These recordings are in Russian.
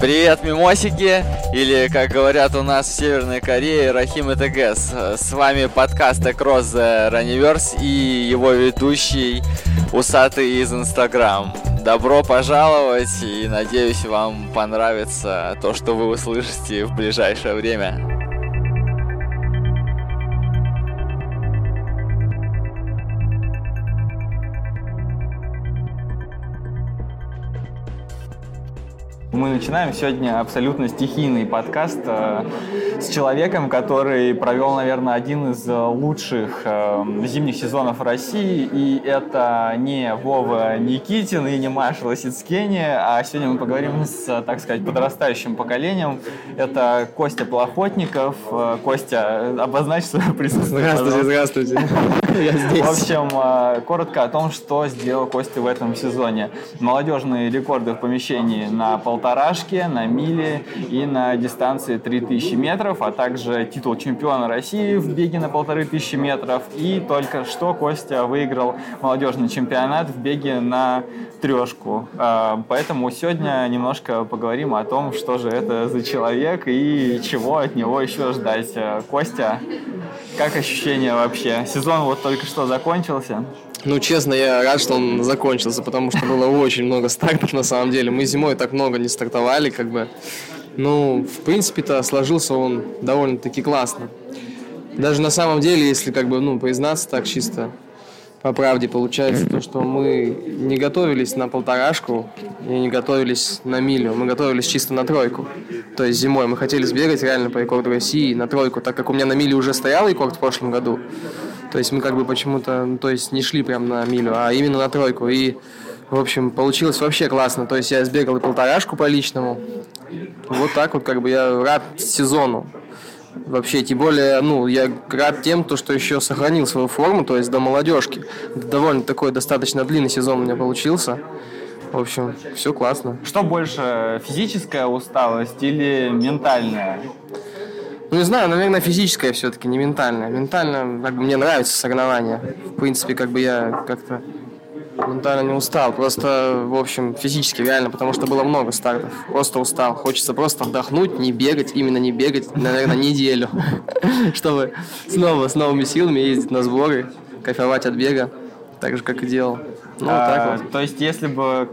Привет, мимосики, или, как говорят у нас в Северной Корее, Рахим и ТГС. С вами подкаст Across the Runniverse и его ведущий Усатый из Инстаграм. Добро пожаловать, и надеюсь, вам понравится то, что вы услышите в ближайшее время. Мы начинаем сегодня абсолютно стихийный подкаст с человеком, который провел, наверное, один из лучших зимних сезонов в России. И это не Вова Никитин и не Маша Лосицкени, а сегодня мы поговорим с, так сказать, подрастающим поколением. Это Костя Плохотников. Костя, обозначь свое присутствие. Здравствуйте. Я здесь. В общем, коротко о том, что сделал Костя в этом сезоне. Молодежные рекорды в помещении на полторашке, на миле и на дистанции 3000 метров, а также титул чемпиона России в беге на 1500 метров. И только что Костя выиграл молодежный чемпионат в беге на трешку. Поэтому сегодня немножко поговорим о том, что же это за человек и чего от него еще ждать. Костя, как ощущения вообще? Сезон вот только что закончился. Ну, честно, я рад, что он закончился, потому что было очень много стартов, на самом деле. Мы зимой так много не стартовали, как бы. Ну, в принципе-то, сложился он довольно-таки классно. Даже на самом деле, если, как бы, признаться так чисто по правде, получается то, что мы не готовились на полторашку и не готовились на милю. Мы готовились чисто на тройку. То есть зимой мы хотели сбегать реально по рекорду России на тройку, так как у меня на миле уже стоял рекорд в прошлом году. То есть мы как бы почему-то, не шли прям на милю, а именно на тройку. И, в общем, получилось вообще классно. То есть я сбегал и полторашку по личному. Вот так вот, как бы я рад сезону. Вообще, тем более, я рад тем, что еще сохранил свою форму, то есть до молодежки. Довольно такой достаточно длинный сезон у меня получился. В общем, все классно. Что больше, физическая усталость или ментальная? Не знаю, наверное, физическая все-таки, не ментальная. Ментально, как бы, мне нравятся соревнования. В принципе, как бы я как-то ментально не устал. Просто, в общем, физически реально, потому что было много стартов. Просто устал. Хочется просто отдохнуть, не бегать, наверное, неделю. Чтобы снова с новыми силами ездить на сборы, кайфовать от бега, так же, как и делал. Так вот. То есть, если бы,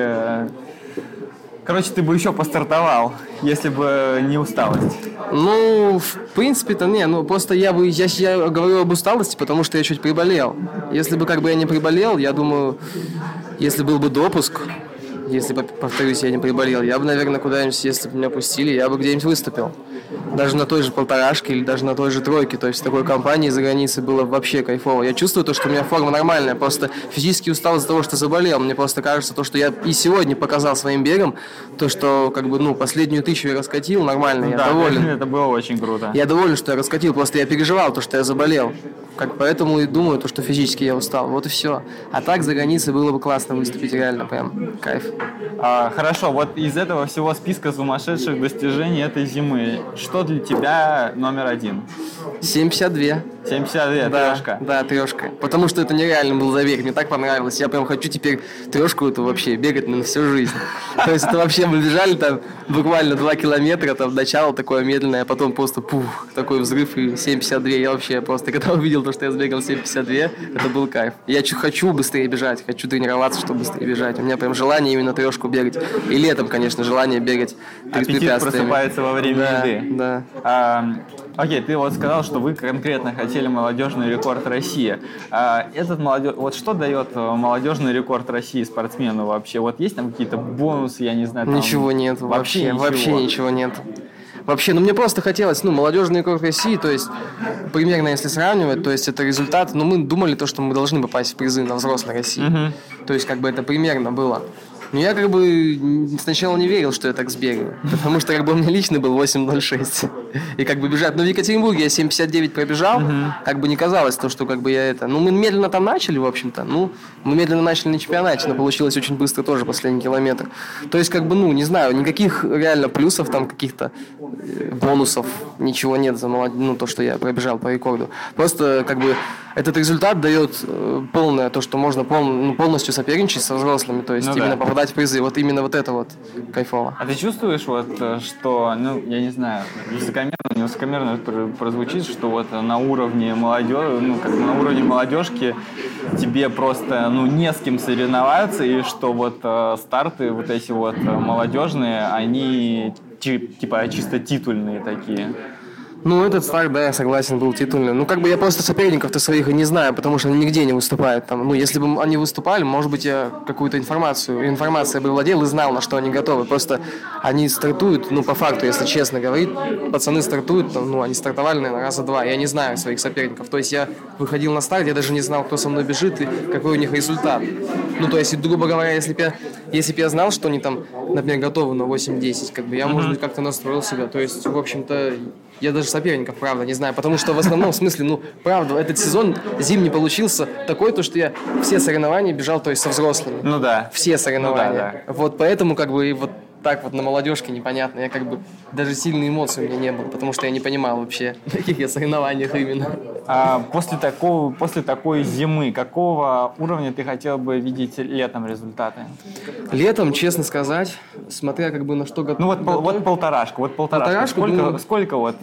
ты бы еще постартовал, если бы не усталость. В принципе-то, просто я говорю об усталости, потому что я чуть приболел. Если бы, я не приболел, я думаю, если был бы допуск, если, повторюсь, я не приболел, я бы, наверное, куда-нибудь, если бы меня пустили, я бы где-нибудь выступил. Даже на той же полторашке или даже на той же тройке. То есть в такой компании за границей было вообще кайфово. Я чувствую то, что у меня форма нормальная. Просто физически устал из-за того, что заболел. Мне просто кажется, то, что я и сегодня показал своим бегом, то, что последнюю 1000 я раскатил нормально. Я доволен. Это было очень круто. Я доволен, что я раскатил. Просто я переживал то, что я заболел. Поэтому и думаю, то, что физически я устал. Вот и все. А так за границей было бы классно выступить. Реально прям кайф. Хорошо, вот из этого всего списка сумасшедших достижений этой зимы, что для тебя номер один? 7,52. 7,52, трешка? Да, трешка. Потому что это нереально был забег, мне так понравилось. Я прям хочу теперь трешку эту вообще бегать на всю жизнь. То есть это вообще мы бежали там буквально 2 километра, там начало такое медленное, а потом просто такой взрыв и 7,52. Я вообще просто, когда увидел то, что я сбегал 7,52, это был кайф. Я хочу быстрее бежать, хочу тренироваться, чтобы быстрее бежать. У меня прям желание именно трешку бегать. И летом, конечно, желание бегать перед препятствиями. Аппетит просыпается во время езды. Да. Окей, ты вот сказал, что вы конкретно хотели молодежный рекорд России. Вот что дает молодежный рекорд России спортсмену вообще? Вот есть там какие-то бонусы, я не знаю? Ничего нет, вообще ничего нет. Вообще, мне просто хотелось, молодежный рекорд России, то есть, примерно, если сравнивать, то есть, это результат, мы думали то, что мы должны попасть в призы на взрослой России. То есть, это примерно было. Но я сначала не верил, что я так сбегаю, потому что у меня личный был 8.06. И бежать. Но в Екатеринбурге я 7.59 пробежал, не казалось то, что я это... мы медленно там начали, в общем-то. Мы медленно начали на чемпионате, но получилось очень быстро тоже последний километр. То есть, не знаю, никаких реально плюсов, там каких-то бонусов, ничего нет за то, что я пробежал по рекорду. Просто этот результат дает полное, то, что можно полностью соперничать со взрослыми, то есть именно попадать в призы. Вот именно вот это вот кайфово. А ты чувствуешь, вот, что, ну, я не знаю, высокомерно прозвучит, что вот на уровне молодежи, ну, как на уровне молодежки тебе просто, ну, не с кем соревноваться, и что вот старты вот эти вот молодежные, они типа чисто титульные такие? Ну, этот старт, да, я согласен, был титульный. Ну, как бы я просто соперников-то своих и не знаю, потому что они нигде не выступают там. Ну, если бы они выступали, может быть, я какую-то информацией бы владел и знал, на что они готовы. Просто они стартуют, ну, по факту, если честно говорить, пацаны стартуют, там, ну, они стартовали, наверное, раза два. Я не знаю своих соперников. То есть я выходил на старт, я даже не знал, кто со мной бежит и какой у них результат. Ну, то есть, грубо говоря, если бы я знал, что они там, например, готовы на 8-10, как бы я, может быть, как-то настроил себя. То есть, в общем-то, я даже соперников, правда, не знаю, потому что в основном смысле, ну, правда, этот сезон зимний получился такой, то, что я все соревнования бежал, то есть со взрослыми. Ну да. Все соревнования. Ну, да. Вот поэтому как бы и вот так вот на молодежке непонятно. Я как бы даже сильной эмоций у меня не было, потому что я не понимал вообще, на каких я соревнованиях именно. А после такой зимы, какого уровня ты хотел бы видеть летом результаты? Летом, честно сказать, смотря как бы на что готов. Ну вот полторашку. Сколько вот...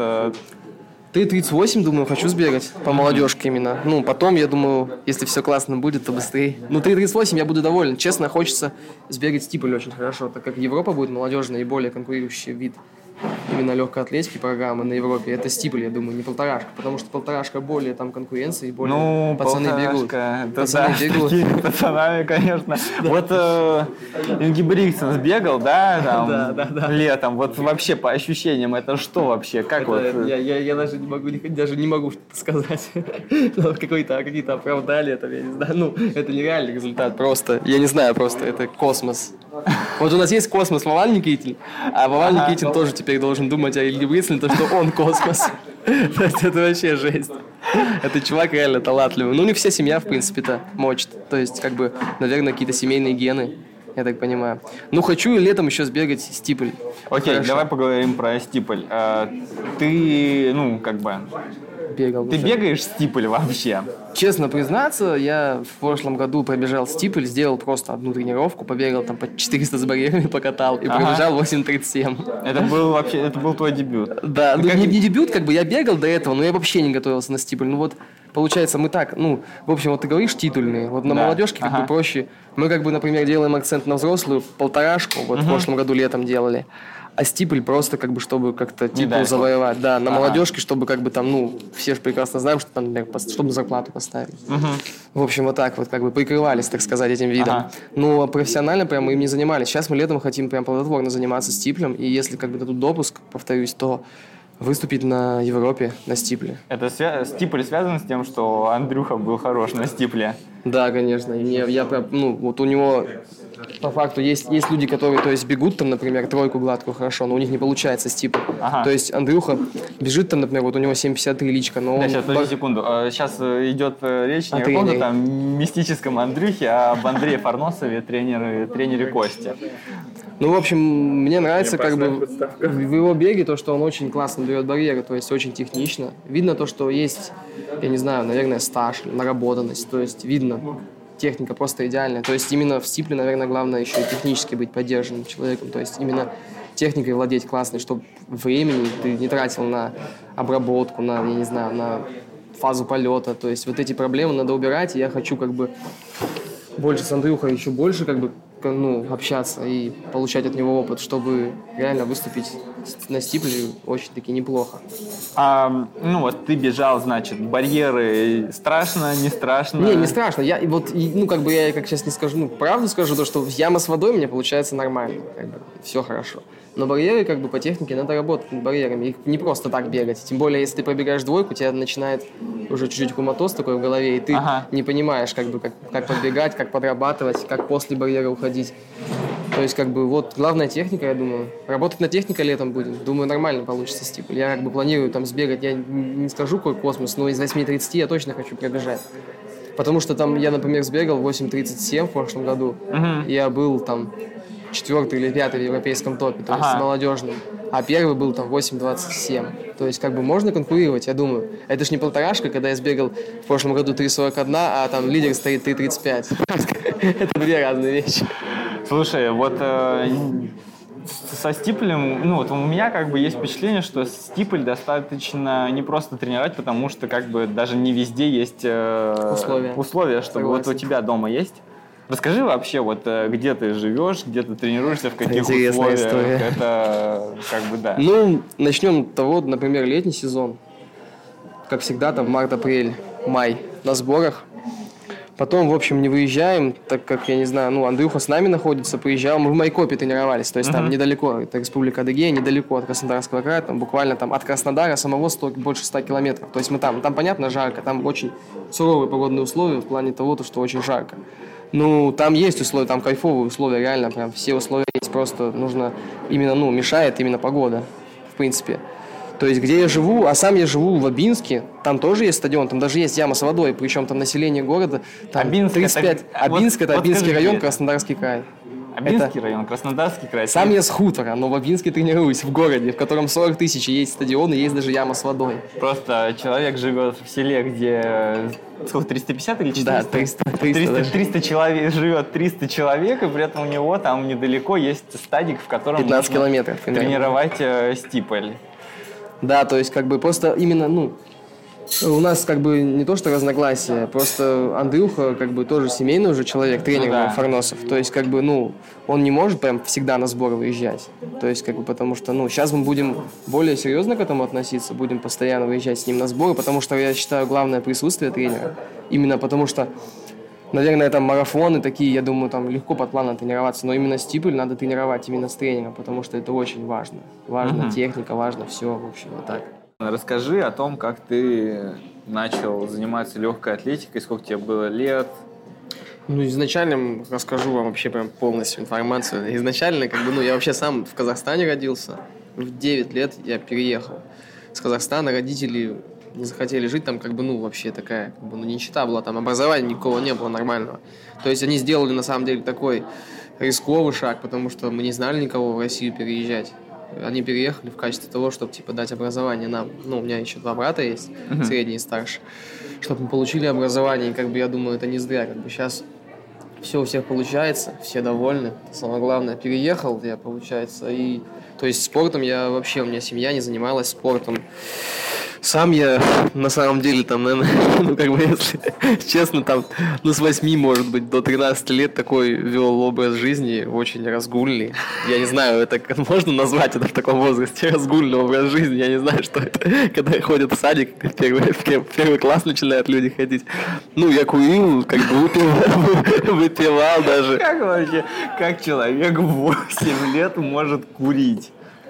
3:38, думаю, хочу сбегать по молодежке именно. Ну, потом, я думаю, если все классно будет, то быстрее. Ну, 3:38 я буду доволен. Честно, хочется сбегать стипль очень хорошо, так как Европа будет молодежная и более конкурирующий вид именно легкой атлетики программы на Европе. Это стипль, я думаю, не полторашка, потому что полторашка более там конкуренции и более пацаны бегут. Пацаны бегут. Пацанами, конечно. Вот Инги Бригтсен сбегал, да, там, летом. Вот вообще по ощущениям это что вообще? Как вот? Я даже не могу сказать. Какие-то оправдали это, я не знаю. Ну, это нереальный результат просто. Я не знаю, просто это космос. Вот у нас есть космос Вован Никитин, а Вован Никитин тоже теперь должен думать о Илье Бригтсене, то что он космос. То есть это вообще жесть. Этот чувак реально талантливый. Ну, не вся семья, в принципе-то, мочит. То есть, как бы, наверное, какие-то семейные гены, я так понимаю. Ну, хочу летом еще сбегать стипль. Окей, давай поговорим про стипль. Ты, ну, как бы... Бегал. Ты бегаешь стипль вообще? Честно признаться, я в прошлом году пробежал стипль, сделал просто одну тренировку, побегал там по 400 с барьерами, покатал и пробежал 8:37. Это был твой дебют? Да, ну не дебют, как бы я бегал до этого, но я вообще не готовился на стипль. Ну вот, получается, мы так, ну, в общем, вот ты говоришь титульные, вот на молодежке как бы проще. Мы как бы, например, делаем акцент на взрослую, полторашку, вот в прошлом году летом делали. А стипль просто как бы, чтобы как-то титул завоевать. Да, на молодежке, чтобы как бы там, ну, все же прекрасно знаем, что там, например, чтобы зарплату поставить. В общем, вот так вот как бы прикрывались, так сказать, этим видом. Но профессионально прям мы им не занимались. Сейчас мы летом хотим прям плодотворно заниматься стиплем. И если как бы дадут допуск, повторюсь, то выступить на Европе на стипле. Это стипль связан с тем, что Андрюха был хорош на стипле? Да, конечно. Ну, вот у него по факту есть люди, которые, то есть, бегут там, например, тройку гладкую хорошо, но у них не получается стипль. То есть Андрюха бежит там, например, вот у него 7:53 личка, но он... Сейчас, подожди секунду. Сейчас идет речь не о каком-то там мистическом Андрюхе, а об Андрее Фарносове, тренере Кости. Ну, в общем, мне нравится как бы в его беге то, что он очень классно берет барьеры, то есть очень технично. Видно то, что есть, я не знаю, наверное, стаж, наработанность, то есть видно, техника просто идеальная. То есть именно в стипле, наверное, главное еще и технически быть поддержанным человеком, то есть именно техникой владеть классной, чтобы времени ты не тратил на обработку, на, я не знаю, на фазу полета. То есть вот эти проблемы надо убирать, и я хочу как бы больше с Андрюхой еще больше как бы общаться и получать от него опыт, чтобы реально выступить на стипле очень-таки неплохо. Вот ты бежал, значит, барьеры страшно, не страшно? Не страшно. Я как сейчас не скажу, правду скажу, то, что яма с водой у меня получается нормально, как бы, все хорошо. Но барьеры, как бы, по технике надо работать над барьерами. Их не просто так бегать. Тем более, если ты пробегаешь двойку, у тебя начинает уже чуть-чуть коматоз такой в голове, и ты не понимаешь, как бы, как подбегать, как подрабатывать, как после барьера уходить. То есть, как бы, вот, главная техника, я думаю. Работать над техникой летом будем. Думаю, нормально получится стипль. Я, как бы, планирую там сбегать, я не скажу, какой космос, но из 8:30 я точно хочу пробежать. Потому что там я, например, сбегал 8:37 в прошлом году, и я был там 4-й или 5-й в европейском топе, то есть молодежным. а первый был там 8.27. То есть как бы можно конкурировать, я думаю. Это ж не полторашка, когда я сбегал в прошлом году 3.41, а там лидер стоит 3.35. Это две разные вещи. Слушай, вот со стиплем, ну вот у меня как бы есть впечатление, что стипль достаточно не просто тренировать, потому что как бы даже не везде есть условия, чтобы вот у тебя дома есть. Расскажи вообще, вот где ты живешь, где ты тренируешься, в каких условиях. История. Это как бы да. Ну, начнем с того, например, летний сезон. Как всегда, там март, апрель, май на сборах. Потом, в общем, не выезжаем, так как, я не знаю, ну, Андрюха с нами находится, приезжал, мы в Майкопе тренировались, то есть там недалеко, это Республика Адыгея, недалеко от Краснодарского края, там буквально там от Краснодара самого больше 100 километров, то есть мы там понятно, жарко, там очень суровые погодные условия в плане того, что очень жарко. Ну, там есть условия, там кайфовые условия, реально, прям все условия есть, просто нужно именно, ну, мешает именно погода, в принципе. То есть, где я живу, а сам я живу в Абинске, там тоже есть стадион, там даже есть яма с водой, причем там население города, там Абинск, 35. Абинск это Абинский район, Краснодарский край. Абинский район, Краснодарский край. Сам я с хутора, но в Абинске тренируюсь, в городе, в котором 40 тысяч, есть стадион и есть даже яма с водой. Просто человек живет в селе, где... Сколько, 350 или 400? Да, 300 человек, живет 300 человек, и при этом у него там недалеко есть стадик, в котором 15 можно километров, тренировать стипль. Да, то есть как бы просто именно, ну, у нас как бы не то что разногласия, просто Андрюха как бы тоже семейный уже человек, тренер Фарносов. То есть как бы, ну, он не может прям всегда на сборы выезжать. То есть как бы потому что, ну, сейчас мы будем более серьезно к этому относиться, будем постоянно выезжать с ним на сборы, потому что я считаю главное присутствие тренера. Именно потому что, наверное, там марафоны такие, я думаю, там легко под планом тренироваться, но именно стипль надо тренировать именно с тренером, потому что это очень важно. Важна техника, важно все, в общем, вот так. Расскажи о том, как ты начал заниматься легкой атлетикой, сколько тебе было лет. Ну, изначально расскажу вам вообще прям полностью информацию. Изначально, как бы, ну, я вообще сам в Казахстане родился. В 9 лет я переехал с Казахстана. Родители не захотели жить там, как бы, ну, вообще такая, как бы, ну, нищета была, там образования никакого не было нормального. То есть они сделали, на самом деле, такой рисковый шаг, потому что мы не знали никого в Россию переезжать. Они переехали в качестве того, чтобы, типа, дать образование нам. Ну, у меня еще 2 брата есть, средний и старший. Чтобы мы получили образование, и, как бы, я думаю, это не зря. Как бы сейчас все у всех получается, все довольны. Самое главное, переехал я, получается, и... То есть спортом я вообще, у меня семья не занималась спортом. Сам я, на самом деле, там, наверное, ну, как бы, если честно, там, ну, с 8, может быть, до 13 лет такой вел образ жизни, очень разгульный. Я не знаю, это можно назвать это в таком возрасте, разгульный образ жизни, я не знаю, что это, когда ходят в садик, в первый класс начинают люди ходить. Ну, я курил, как бы выпивал даже. Как вообще, как человек в 8 лет может курить?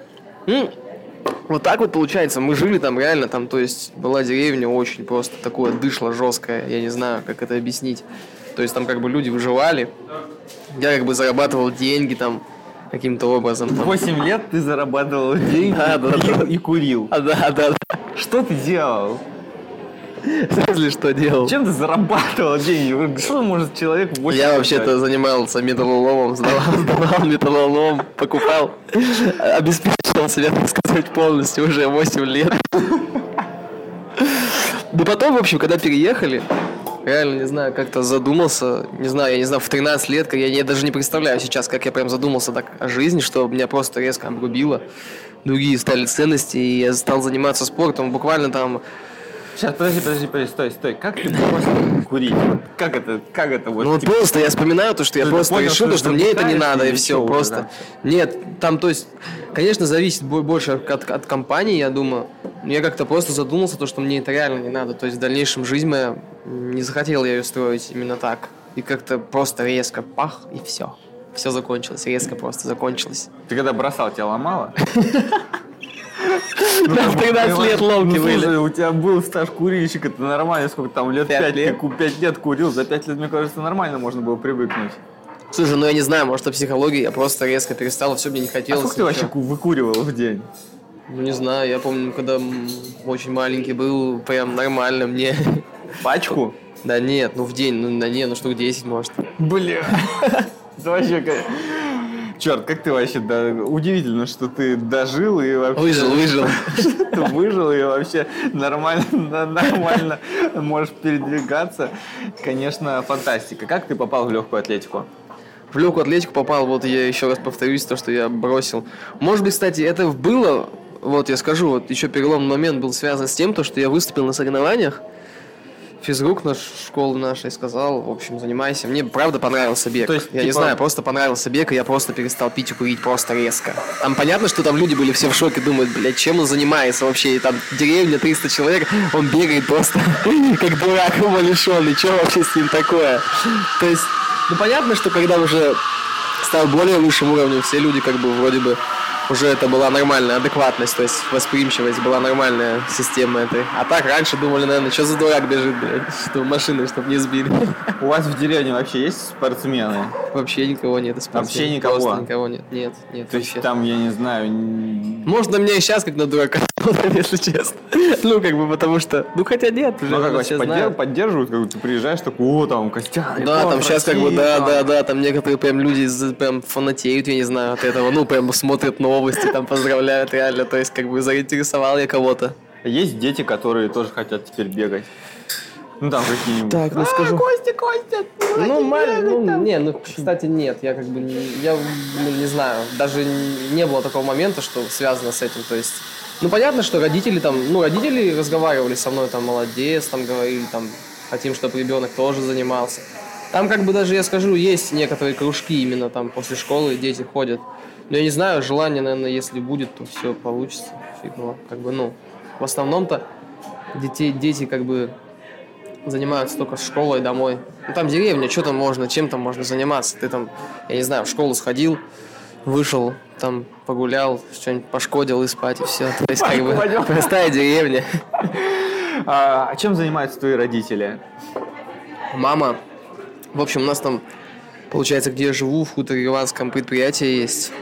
Вот так вот получается, мы жили там реально, там, то есть была деревня очень просто такое дышло жесткое, я не знаю, как это объяснить. То есть там как бы люди выживали, я как бы зарабатывал деньги там каким-то образом. В 8 лет ты зарабатывал деньги и курил. Да. Что ты делал? В смысле, что делал? Чем ты зарабатывал деньги? Что может человек в 8 лет? Я вообще-то занимался металлоломом, сдавал металлолом, покупал, обеспечивал себя, так сказать, полностью уже 8 лет. Да потом, в общем, когда переехали, реально, не знаю, как-то задумался, не знаю, я не знаю, в 13 лет, я даже не представляю сейчас, как я прям задумался так о жизни, что меня просто резко обрубило, другие стали ценности, и я стал заниматься спортом, буквально там. Сейчас, подожди, стой. Как ты просто курить? Как это вот? Ну вот типа, просто я вспоминаю то, что я просто понял, решил, что мне это не надо, и все, уже, просто. Да? Нет, там, то есть, конечно, зависит больше от компании, я думаю. Но я как-то просто задумался, то, что мне это реально не надо. То есть в дальнейшем жизнь моя, не захотел я ее строить именно так. И как-то просто резко пах, и все. Все закончилось, резко просто закончилось. Ты когда бросал, тебя ломало? Да, в 13 лет ломки были. У тебя был стаж курильщика, это нормально, сколько там, лет 5 лет курил, за 5 лет, мне кажется, нормально можно было привыкнуть. Слушай, ну я не знаю, может, от психологии, я просто резко перестал, все мне не хотелось. А сколько ты вообще выкуривал в день? Ну не знаю, я помню, когда очень маленький был, прям нормально мне. Пачку? Да нет, ну в день, ну штук 10, может. Бля, это вообще как... Черт, как ты вообще, удивительно, что ты дожил и вообще... Выжил. Ты выжил и вообще нормально можешь передвигаться. Конечно, фантастика. Как ты попал в легкую атлетику? В легкую атлетику попал, вот я еще раз повторюсь, то, что я бросил. Может быть, кстати, это было, вот я скажу, вот еще переломный момент был связан с тем, то, что я выступил на соревнованиях. Физрук наш, школы нашей сказал, в общем, занимайся. Мне правда понравился бег. То есть, я не знаю, просто понравился бег, и я просто перестал пить и курить просто резко. Там понятно, что там люди были все в шоке, думают, блядь, чем он занимается вообще. И там деревня, 300 человек, он бегает просто как дурак умалишенный. Что вообще с ним такое? То есть, ну понятно, что когда уже стал более высшим уровнем, все люди как бы вроде бы уже это была нормальная адекватность, то есть восприимчивость, была нормальная система этой. А так раньше думали, наверное, что за дурак бежит, блядь, что машины, чтобы не сбили. У вас в деревне вообще есть спортсмены? Вообще никого нет. Вообще никого? Просто никого нет. Нет. То есть там, я не знаю... Можно мне и сейчас как на дурака, если честно. Ну, как бы, потому что... Ну, хотя нет. Ну, как вообще поддерживают, как ты приезжаешь, такой, о, там, Костян. Да, там сейчас как бы, да, там некоторые прям люди прям фанатеют, я не знаю, от этого. Ну, прям смотрят новости, там поздравляют реально. То есть, как бы, заинтересовал я кого-то. Есть дети, которые тоже хотят теперь бегать. Ну, там какие-нибудь. Так, ну скажу. Костя! Кстати, нет. Я как бы, не знаю. Даже не было такого момента, что связано с этим. То есть, ну, понятно, что родители родители разговаривали со мной, там, молодец, там, говорили, там, хотим, чтобы ребенок тоже занимался. Там, как бы, даже, я скажу, есть некоторые кружки именно там после школы, дети ходят. Но я не знаю, желание, наверное, если будет, то все получится. Фигово. Как бы, ну, в основном-то дети, как бы, занимаются только школой и домой. Ну, там деревня, что там можно, чем там можно заниматься? Ты там, я не знаю, в школу сходил, вышел, там погулял, что-нибудь пошкодил и спать, и все. То есть, как бы, простая деревня. А чем занимаются твои родители? Мама, в общем, у нас там, получается, где я живу, в Хуторе-Иванском предприятие есть.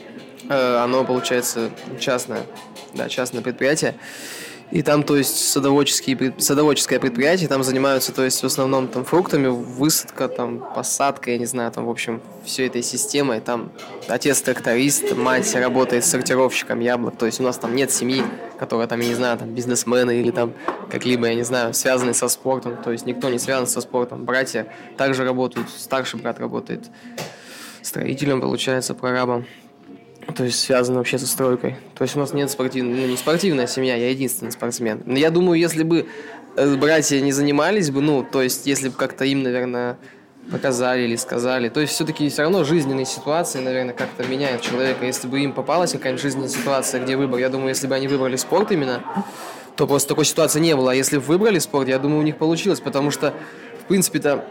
Оно, получается, частное предприятие. И там, то есть, садоводческое предприятие, там занимаются, то есть, в основном там фруктами, высадка, там, посадка, я не знаю, там, в общем, всей этой системой. Там отец тракторист, мать работает сортировщиком яблок, то есть, у нас там нет семьи, которая там, я не знаю, там, бизнесмены или там, как-либо, я не знаю, связанные со спортом, то есть, никто не связан со спортом. Братья также работают, старший брат работает строителем, получается, прорабом. То есть связано вообще со стройкой. То есть у нас нет не спортивная семья, я единственный спортсмен. Но я думаю, если бы братья не занимались бы, ну, то есть если бы как-то им, наверное, показали или сказали, то есть все-таки все равно жизненные ситуации, наверное, как-то меняют человека. Если бы им попалась какая-нибудь жизненная ситуация, где выбор, я думаю, если бы они выбрали спорт именно, то просто такой ситуации не было. А если бы выбрали спорт, я думаю, у них получилось, потому что, в принципе-то,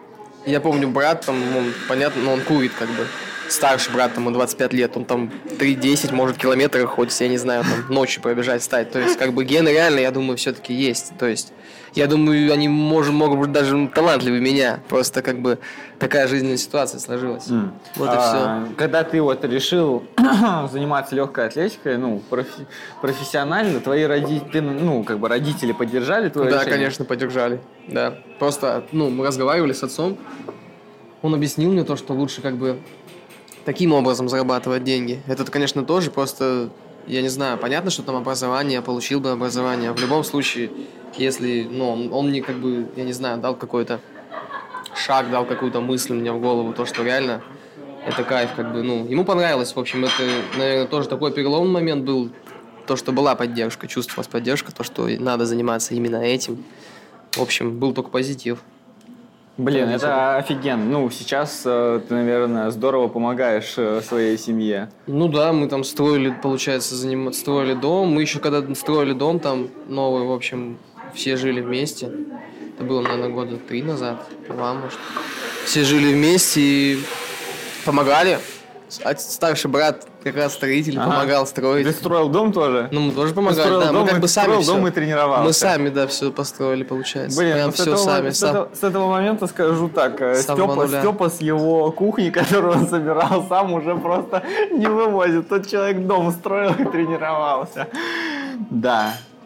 я помню, брат там, он, понятно, но он курит как бы. Старший брат, ему 25 лет, он там 3-10, может, километров ходит, я не знаю, там ночью пробежать, встать. То есть, как бы, гены реально, я думаю, все-таки есть. То есть, я думаю, они могут быть даже талантливее меня. Просто, как бы, такая жизненная ситуация сложилась. Вот и все. Когда ты вот решил заниматься легкой атлетикой, ну, профессионально, твои родители, ну, как бы, родители поддержали твое решение? Да, конечно, поддержали, да. Просто, ну, мы разговаривали с отцом, он объяснил мне то, что лучше, как бы, таким образом зарабатывать деньги. Это, конечно, тоже просто, я не знаю, понятно, что там образование, я получил бы образование. В любом случае, если, ну, он мне, как бы, я не знаю, дал какой-то шаг, дал какую-то мысль мне в голову, то, что реально это кайф, как бы, ну, ему понравилось. В общем, это, наверное, тоже такой переломный момент был, то, что была поддержка, чувствовалась поддержка, то, что надо заниматься именно этим. В общем, был только позитив. Блин, это офигенно. Ну, сейчас ты, наверное, здорово помогаешь своей семье. Ну да, мы там строили, получается, строили дом. Мы еще когда строили дом там новый, в общем, все жили вместе. Это было, наверное, года 3 назад, 2, может. Все жили вместе и помогали. Старший брат как раз строитель, помогал строить. Ты строил дом тоже? Ну, мы тоже помогали, да. Мы как бы сами строил дом и тренировался. Мы сами, да, все построили, получается. Блин, прям все сами. С этого момента скажу так, Степа с его кухни, которую он собирал сам, уже просто не вывозит. Тот человек дом строил и тренировался. Да.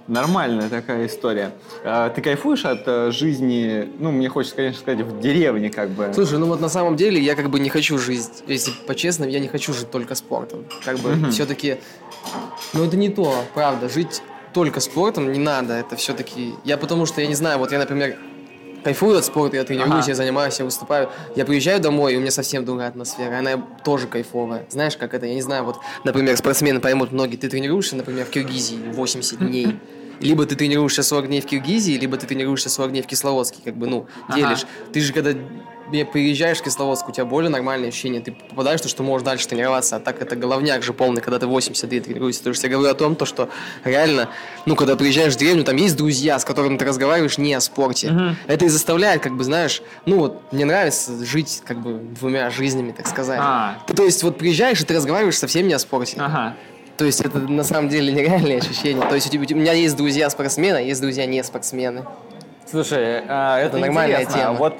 Нормальная такая история. Ты кайфуешь от жизни, ну, мне хочется, конечно, сказать, в деревне как бы? Слушай, ну вот на самом деле я как бы не хочу жить, если по-честному, я не хочу жить только спортом. Как бы все-таки, ну это не то, правда, жить только спортом не надо, это все-таки... потому что, я не знаю, вот я, например, кайфую от спорта, я тренируюсь, я занимаюсь, я выступаю. Я приезжаю домой, и у меня совсем другая атмосфера, она тоже кайфовая. Знаешь, как это, я не знаю, вот, например, спортсмены поймут многие, ты тренируешься, например, в Киргизии 80 дней, либо ты тренируешься 40 дней в Киргизии, либо ты тренируешься 40 дней в Кисловодске, как бы, ну, делишь. Ты же, когда приезжаешь в Кисловодск, у тебя более нормальные ощущения, ты попадаешь в то, что можешь дальше тренироваться, а так это головняк же полный, когда ты 80 лет тренируешься. То есть я говорю о том, что реально, ну, когда приезжаешь в деревню, там есть друзья, с которыми ты разговариваешь не о спорте. Это и заставляет, как бы, знаешь, ну, вот, мне нравится жить, как бы, двумя жизнями, так сказать. То есть вот приезжаешь, и ты разговариваешь совсем не о спорте. То есть это на самом деле нереальные ощущения. То есть у меня есть друзья спортсмены, а есть друзья не спортсмены. Слушай, это нормальная интересно. тема. Вот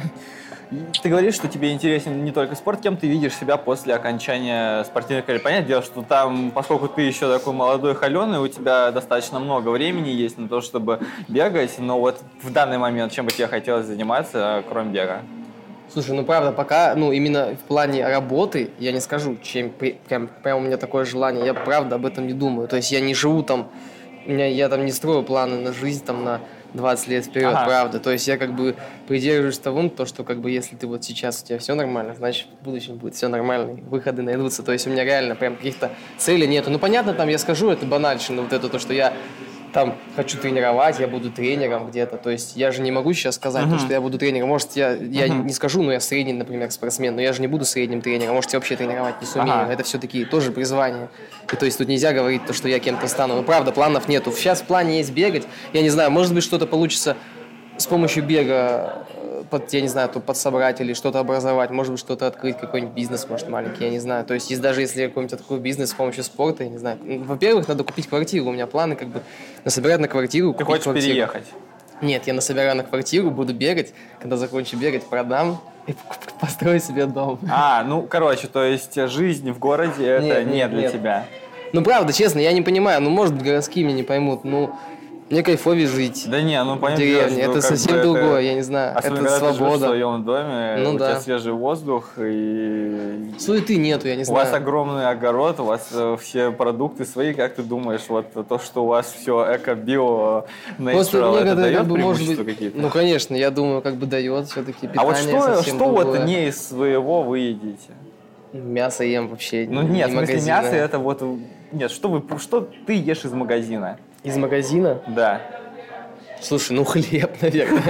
ты говоришь, что тебе интересен не только спорт, кем ты видишь себя после окончания спортивной карьеры. Понятное дело, что там, поскольку ты еще такой молодой, холеный, у тебя достаточно много времени есть на то, чтобы бегать, но вот в данный момент чем бы тебе хотелось заниматься, кроме бега? Слушай, ну правда, пока, ну именно в плане работы, я не скажу, чем прям у меня такое желание, я правда об этом не думаю. То есть я не живу там, я там не строю планы на жизнь там на 20 лет вперед, правда. То есть я как бы придерживаюсь того, что как бы если ты вот сейчас у тебя все нормально, значит в будущем будет все нормально, выходы найдутся. То есть у меня реально прям каких-то целей нету. Ну понятно, там я скажу, это банальщина, вот это то, что я там хочу тренировать, я буду тренером где-то. То есть я же не могу сейчас сказать, что я буду тренером. Может, я не скажу, но я средний, например, спортсмен, но я же не буду средним тренером. Может, я вообще тренировать не сумею. Это все-таки тоже призвание. И то есть тут нельзя говорить, что я кем-то стану. Но правда, планов нету. Сейчас в плане есть бегать. Я не знаю, может быть, что-то получится с помощью бега, я не знаю, подсобрать или что-то образовать, может быть, что-то открыть, какой-нибудь бизнес, может, маленький, я не знаю. То есть, даже если я какой-нибудь открою бизнес с помощью спорта, я не знаю. Во-первых, надо купить квартиру. У меня планы как бы насобирать на квартиру, Ты хочешь квартиру. Переехать? Нет, я насобираю на квартиру, буду бегать. Когда закончу бегать, продам и построю себе дом. Ну, короче, то есть жизнь в городе это не для тебя? Ну, правда, честно, я не понимаю. Ну, может быть, городские меня не поймут. Ну, мне кайфовее жить в деревне. Это совсем другое, я не знаю. Особенно, это когда свобода. Ты живешь в своем доме, ну, у тебя свежий воздух. И суеты нету, я не знаю. У вас огромный огород, у вас все продукты свои. Как ты думаешь, вот то, что у вас все эко-био, natural, это дает преимущества какие-то? Ну, конечно, я думаю, как бы дает все-таки питание. А вот что другое. вот не из своего вы едите? Мясо ем вообще. Ну нет, в смысле мясо это вот... Нет, что ты ешь из магазина? Из магазина? Да. Слушай, ну хлеб, наверное.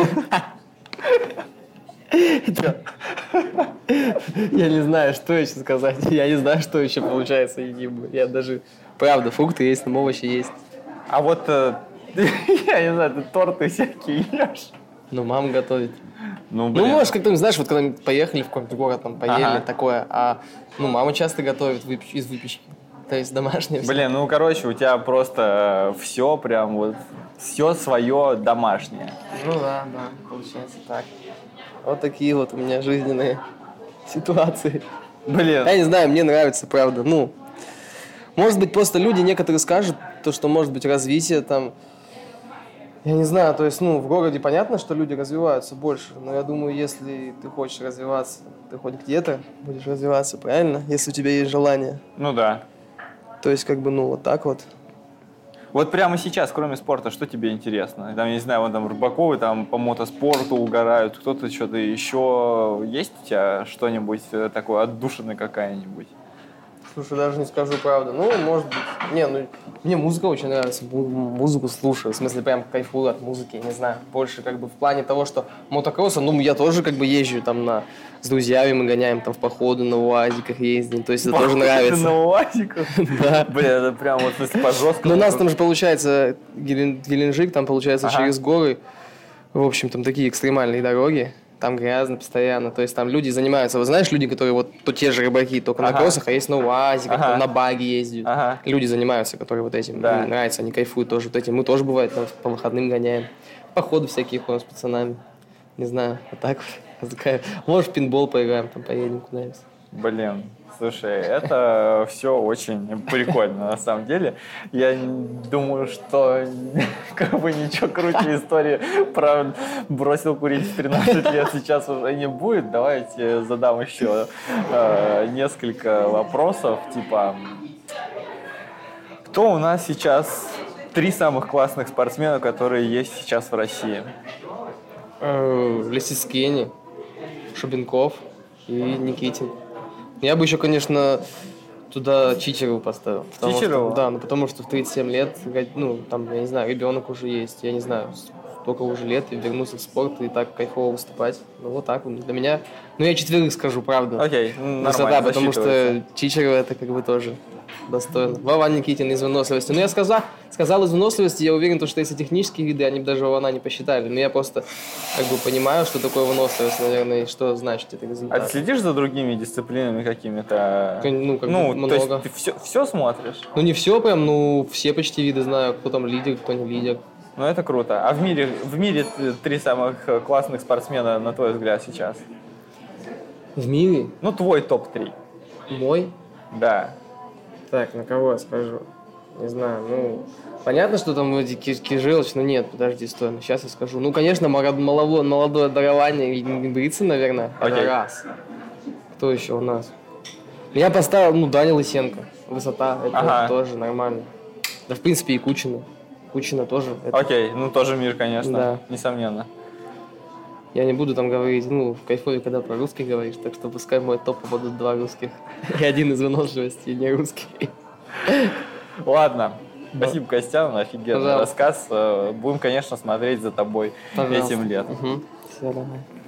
Я не знаю, что еще сказать. Я не знаю, что еще получается едим. Я даже... Правда, фрукты есть, там овощи есть. А вот, я не знаю, ты торты всякие ешь? Ну, мама готовит. Ну, может, как-то, знаешь, вот когда мы поехали в какой-то город, там, поели, такое. Мама часто готовит из выпечки. То есть домашнее. Блин, ну, короче, у тебя просто все прям вот... Все свое домашнее. Ну да, получается так. Вот такие вот у меня жизненные ситуации. Блин. Я не знаю, мне нравится, правда. Ну, может быть, просто люди некоторые скажут, что может быть развитие там. Я не знаю, то есть, в городе понятно, что люди развиваются больше, но я думаю, если ты хочешь развиваться, ты хоть где-то будешь развиваться, правильно? Если у тебя есть желание. Ну да. То есть, как бы, вот так вот. Вот прямо сейчас, кроме спорта, что тебе интересно? Там, я не знаю, вон там Рыбаковы там по мотоспорту угорают, кто-то что-то еще. Есть у тебя что-нибудь такое, отдушина какая-нибудь? Слушай, даже не скажу правду. Ну, может быть. Мне музыка очень нравится. Музыку слушаю. В смысле, прям кайфую от музыки, я не знаю. Больше как бы в плане того, что мотокросса, я тоже как бы езжу там с друзьями, мы гоняем там в походы на УАЗиках ездим. То есть это тоже нравится. На УАЗиках? Да. Блин, это прям вот в смысле по жесткому. У нас там же получается Геленджик, там получается через горы. В общем, там такие экстремальные дороги. Там грязно постоянно, то есть там люди занимаются, вы знаешь, люди, которые вот то те же рыбаки, только на кроссах, а есть на УАЗиках, там на баги ездят. Люди занимаются, которые вот этим, им нравится, они кайфуют тоже вот этим. Мы тоже, бывает, там по выходным гоняем. Походы всякие ходим с пацанами. Не знаю, вот так вот. Может, в пинбол поиграем, там поедем куда-нибудь. Блин, слушай, это все очень прикольно, на самом деле. Я думаю, что как бы ничего круче истории про бросил курить в 13 лет сейчас уже не будет. Давайте задам еще несколько вопросов, типа, кто у нас сейчас 3 самых классных спортсмена, которые есть сейчас в России? Лисицкий, Шубенков и Никитин. Я бы еще, конечно, туда Чичерову поставил. Чичерову? Да, потому что в 37 лет, ну, там, я не знаю, ребенок уже есть, я не знаю, столько уже лет, и вернуться в спорт и так кайфово выступать. Ну, вот так вот. Для меня... Ну, я четверых скажу, правда. Окей, нормально. Высота, потому что Чичерова это как бы тоже достойно. Вован Никитин из выносливости. Ну, я сказал из выносливости, я уверен, что если технические виды, они бы даже Вована не посчитали. Но я просто как бы понимаю, что такое выносливость, наверное, и что значит это результат. А ты следишь за другими дисциплинами какими-то? Ну, как бы много. То есть ты все смотришь? Ну, не все прям, ну, все почти виды знаю, кто там лидер, кто не лидер. Ну, это круто. А в мире 3 самых классных спортсмена, на твой взгляд, сейчас? В мире? Ну, твой топ-3. Мой? Да. Так, на кого я скажу? Не знаю, ну... Понятно, что там вроде Кижелыч, но нет, подожди, стой, сейчас я скажу. Ну, конечно, молодое дарование Бриться, наверное, Окей. это раз. Кто еще у нас? Я поставил, ну, Даня Лысенко. Высота, это тоже нормально. Да, в принципе, и Кучина. Кучина тоже. Это... Окей, ну, тоже мир, конечно, да. Несомненно. Я не буду там говорить, ну, в кайфове, когда про русский говоришь, так что пускай мой топ будут 2 русских. И один из выносливости, и не русский. Ладно. Спасибо, Костян, офигенный рассказ. Будем, конечно, смотреть за тобой этим летом. Все, давай.